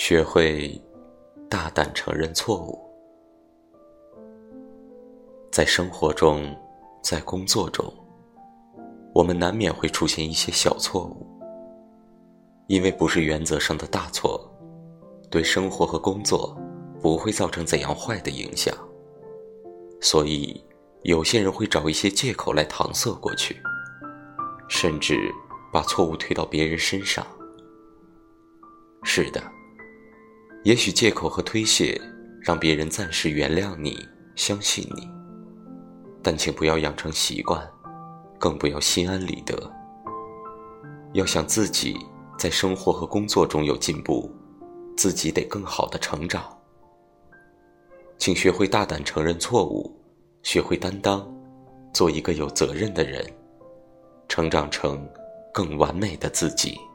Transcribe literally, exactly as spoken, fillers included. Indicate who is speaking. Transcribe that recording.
Speaker 1: 学会大胆承认错误。在生活中，在工作中，我们难免会出现一些小错误，因为不是原则上的大错，对生活和工作不会造成怎样坏的影响，所以有些人会找一些借口来搪塞过去，甚至把错误推到别人身上。是的，也许借口和推卸让别人暂时原谅你，相信你，但请不要养成习惯，更不要心安理得。要想自己在生活和工作中有进步，自己得更好的成长。请学会大胆承认错误，学会担当，做一个有责任的人，成长成更完美的自己。